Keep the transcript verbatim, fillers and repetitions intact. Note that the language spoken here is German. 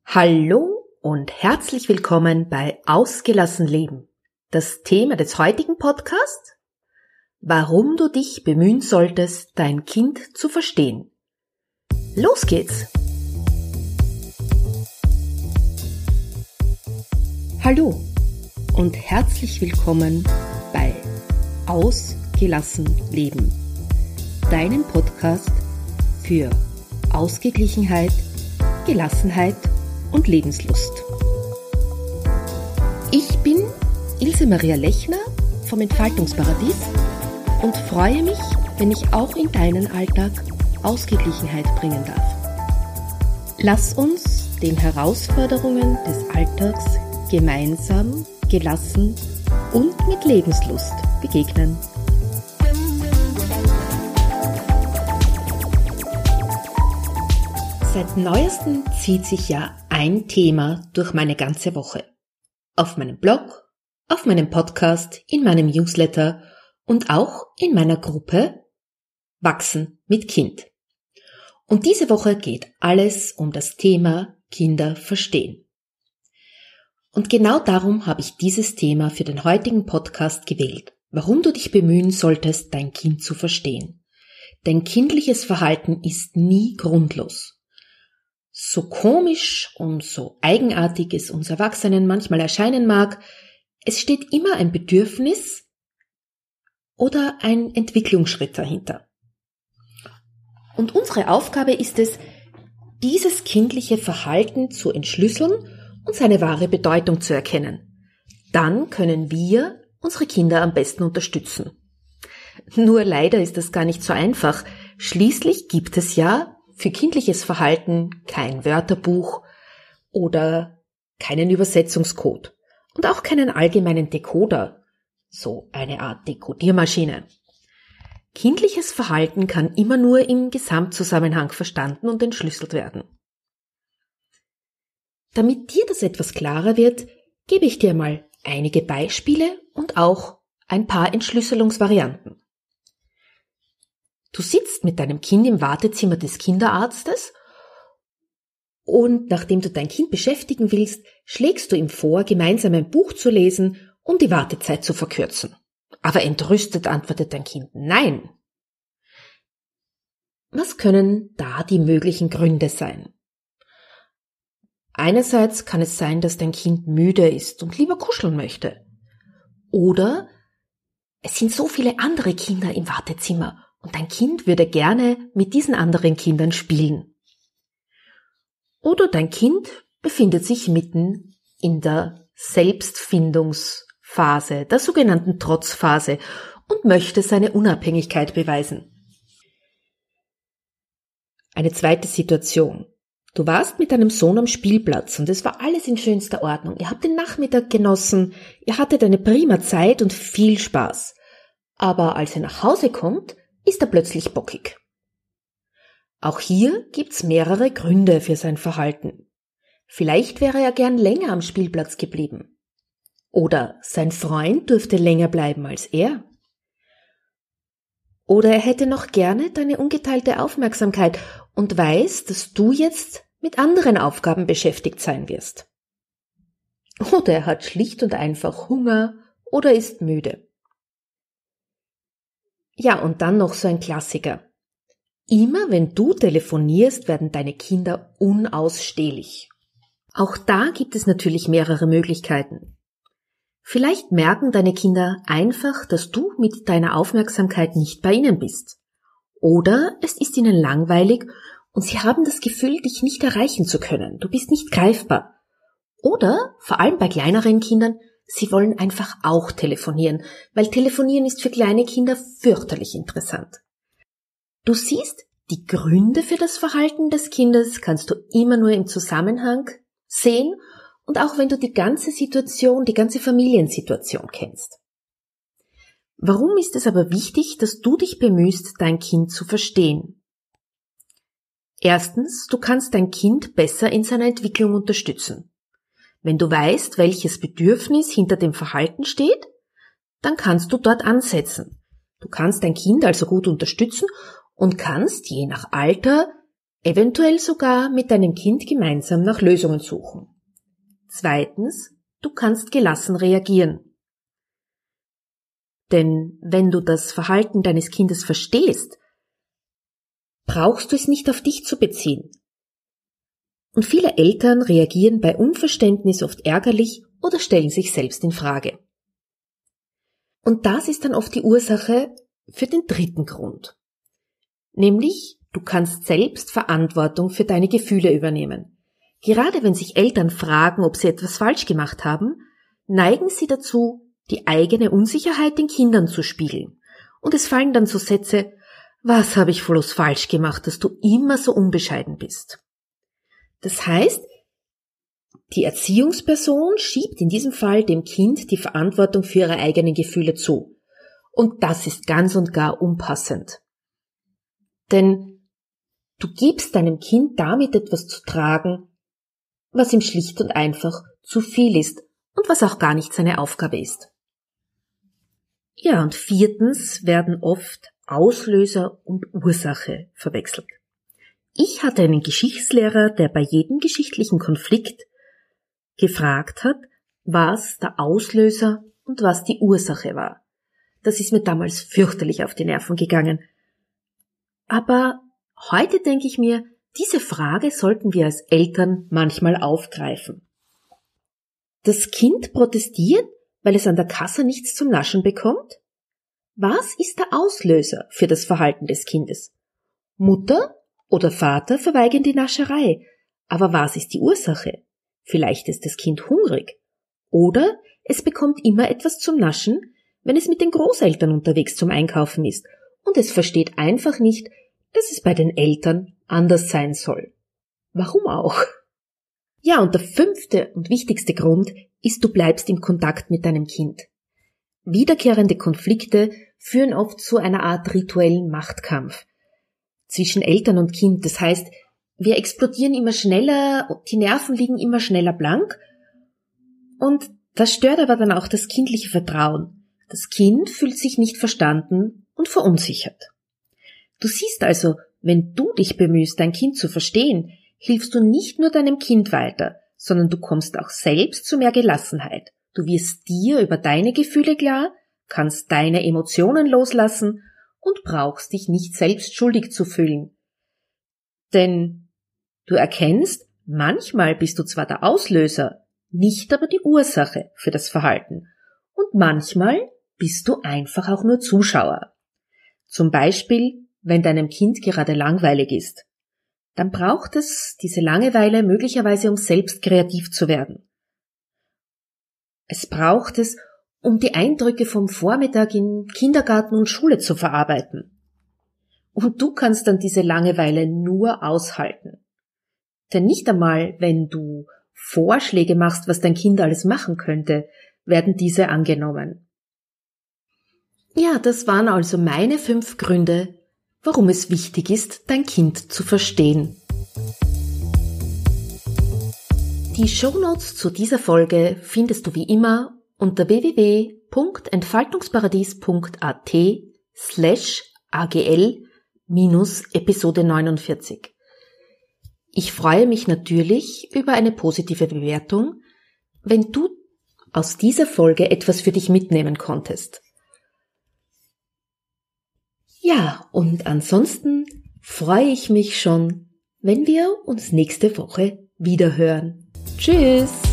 Hallo und herzlich willkommen bei Ausgelassen Leben. Das Thema des heutigen Podcasts: Warum du dich bemühen solltest, dein Kind zu verstehen. Los geht's! Hallo und herzlich willkommen bei Ausgelassen Leben, deinem Podcast für Ausgeglichenheit, Gelassenheit und Lebenslust. Ich bin Ilse Maria Lechner vom Entfaltungsparadies und freue mich, wenn ich auch in deinen Alltag Ausgeglichenheit bringen darf. Lass uns den Herausforderungen des Alltags gemeinsam, gelassen und mit Lebenslust begegnen. Seit neuestem zieht sich ja ein Thema durch meine ganze Woche. Auf meinem Blog, auf meinem Podcast, in meinem Newsletter und auch in meiner Gruppe Wachsen mit Kind. Und diese Woche geht alles um das Thema Kinder verstehen. Und genau darum habe ich dieses Thema für den heutigen Podcast gewählt. Warum du dich bemühen solltest, dein Kind zu verstehen. Denn kindliches Verhalten ist nie grundlos. So komisch und so eigenartig es uns Erwachsenen manchmal erscheinen mag, es steht immer ein Bedürfnis oder ein Entwicklungsschritt dahinter. Und unsere Aufgabe ist es, dieses kindliche Verhalten zu entschlüsseln und seine wahre Bedeutung zu erkennen. Dann können wir unsere Kinder am besten unterstützen. Nur leider ist das gar nicht so einfach. Schließlich gibt es ja für kindliches Verhalten kein Wörterbuch oder keinen Übersetzungscode und auch keinen allgemeinen Decoder, so eine Art Dekodiermaschine. Kindliches Verhalten kann immer nur im Gesamtzusammenhang verstanden und entschlüsselt werden. Damit dir das etwas klarer wird, gebe ich dir mal einige Beispiele und auch ein paar Entschlüsselungsvarianten. Du sitzt mit deinem Kind im Wartezimmer des Kinderarztes und nachdem du dein Kind beschäftigen willst, schlägst du ihm vor, gemeinsam ein Buch zu lesen, um die Wartezeit zu verkürzen. Aber entrüstet antwortet dein Kind Nein. Was können da die möglichen Gründe sein? Einerseits kann es sein, dass dein Kind müde ist und lieber kuscheln möchte. Oder es sind so viele andere Kinder im Wartezimmer und dein Kind würde gerne mit diesen anderen Kindern spielen. Oder dein Kind befindet sich mitten in der Selbstfindungsphase, der sogenannten Trotzphase, und möchte seine Unabhängigkeit beweisen. Eine zweite Situation. Du warst mit deinem Sohn am Spielplatz und es war alles in schönster Ordnung. Ihr habt den Nachmittag genossen, ihr hattet eine prima Zeit und viel Spaß. Aber als er nach Hause kommt, ist er plötzlich bockig. Auch hier gibt's mehrere Gründe für sein Verhalten. Vielleicht wäre er gern länger am Spielplatz geblieben. Oder sein Freund dürfte länger bleiben als er. Oder er hätte noch gerne deine ungeteilte Aufmerksamkeit und weiß, dass du jetzt mit anderen Aufgaben beschäftigt sein wirst. Oder er hat schlicht und einfach Hunger oder ist müde. Ja, und dann noch so ein Klassiker. Immer wenn du telefonierst, werden deine Kinder unausstehlich. Auch da gibt es natürlich mehrere Möglichkeiten. Vielleicht merken deine Kinder einfach, dass du mit deiner Aufmerksamkeit nicht bei ihnen bist. Oder es ist ihnen langweilig und sie haben das Gefühl, dich nicht erreichen zu können. Du bist nicht greifbar. Oder, vor allem bei kleineren Kindern, sie wollen einfach auch telefonieren, weil Telefonieren ist für kleine Kinder fürchterlich interessant. Du siehst, die Gründe für das Verhalten des Kindes kannst du immer nur im Zusammenhang sehen und auch wenn du die ganze Situation, die ganze Familiensituation kennst. Warum ist es aber wichtig, dass du dich bemühst, dein Kind zu verstehen? Erstens, du kannst dein Kind besser in seiner Entwicklung unterstützen. Wenn du weißt, welches Bedürfnis hinter dem Verhalten steht, dann kannst du dort ansetzen. Du kannst dein Kind also gut unterstützen und kannst je nach Alter eventuell sogar mit deinem Kind gemeinsam nach Lösungen suchen. Zweitens, du kannst gelassen reagieren. Denn wenn du das Verhalten deines Kindes verstehst, brauchst du es nicht auf dich zu beziehen. Und viele Eltern reagieren bei Unverständnis oft ärgerlich oder stellen sich selbst in Frage. Und das ist dann oft die Ursache für den dritten Grund. Nämlich, du kannst selbst Verantwortung für deine Gefühle übernehmen. Gerade wenn sich Eltern fragen, ob sie etwas falsch gemacht haben, neigen sie dazu, die eigene Unsicherheit den Kindern zu spiegeln. Und es fallen dann so Sätze, was habe ich bloß falsch gemacht, dass du immer so unbescheiden bist. Das heißt, die Erziehungsperson schiebt in diesem Fall dem Kind die Verantwortung für ihre eigenen Gefühle zu. Und das ist ganz und gar unpassend. Denn du gibst deinem Kind damit etwas zu tragen, was ihm schlicht und einfach zu viel ist und was auch gar nicht seine Aufgabe ist. Ja, und viertens werden oft Auslöser und Ursache verwechselt. Ich hatte einen Geschichtslehrer, der bei jedem geschichtlichen Konflikt gefragt hat, was der Auslöser und was die Ursache war. Das ist mir damals fürchterlich auf die Nerven gegangen. Aber heute denke ich mir, diese Frage sollten wir als Eltern manchmal aufgreifen. Das Kind protestiert, weil es an der Kasse nichts zum Naschen bekommt? Was ist der Auslöser für das Verhalten des Kindes? Mutter oder Vater verweigern die Nascherei. Aber was ist die Ursache? Vielleicht ist das Kind hungrig. Oder es bekommt immer etwas zum Naschen, wenn es mit den Großeltern unterwegs zum Einkaufen ist und es versteht einfach nicht, dass es bei den Eltern anders sein soll. Warum auch? Ja, und der fünfte und wichtigste Grund ist, du bleibst im Kontakt mit deinem Kind. Wiederkehrende Konflikte führen oft zu einer Art rituellen Machtkampf zwischen Eltern und Kind. Das heißt, wir explodieren immer schneller, die Nerven liegen immer schneller blank und das stört aber dann auch das kindliche Vertrauen. Das Kind fühlt sich nicht verstanden und verunsichert. Du siehst also, wenn du dich bemühst, dein Kind zu verstehen, hilfst du nicht nur deinem Kind weiter, sondern du kommst auch selbst zu mehr Gelassenheit. Du wirst dir über deine Gefühle klar, kannst deine Emotionen loslassen und brauchst dich nicht selbst schuldig zu fühlen. Denn du erkennst, manchmal bist du zwar der Auslöser, nicht aber die Ursache für das Verhalten. Und manchmal bist du einfach auch nur Zuschauer. Zum Beispiel, wenn deinem Kind gerade langweilig ist. Dann braucht es diese Langeweile möglicherweise, um selbst kreativ zu werden. Es braucht es, um die Eindrücke vom Vormittag in Kindergarten und Schule zu verarbeiten. Und du kannst dann diese Langeweile nur aushalten. Denn nicht einmal, wenn du Vorschläge machst, was dein Kind alles machen könnte, werden diese angenommen. Ja, das waren also meine fünf Gründe, warum es wichtig ist, dein Kind zu verstehen. Die Shownotes zu dieser Folge findest du wie immer unter w w w punkt entfaltungsparadies punkt a t slash a g l minus Episode neunundvierzig. Ich freue mich natürlich über eine positive Bewertung, wenn du aus dieser Folge etwas für dich mitnehmen konntest. Ja, und ansonsten freue ich mich schon, wenn wir uns nächste Woche wiederhören. Tschüss!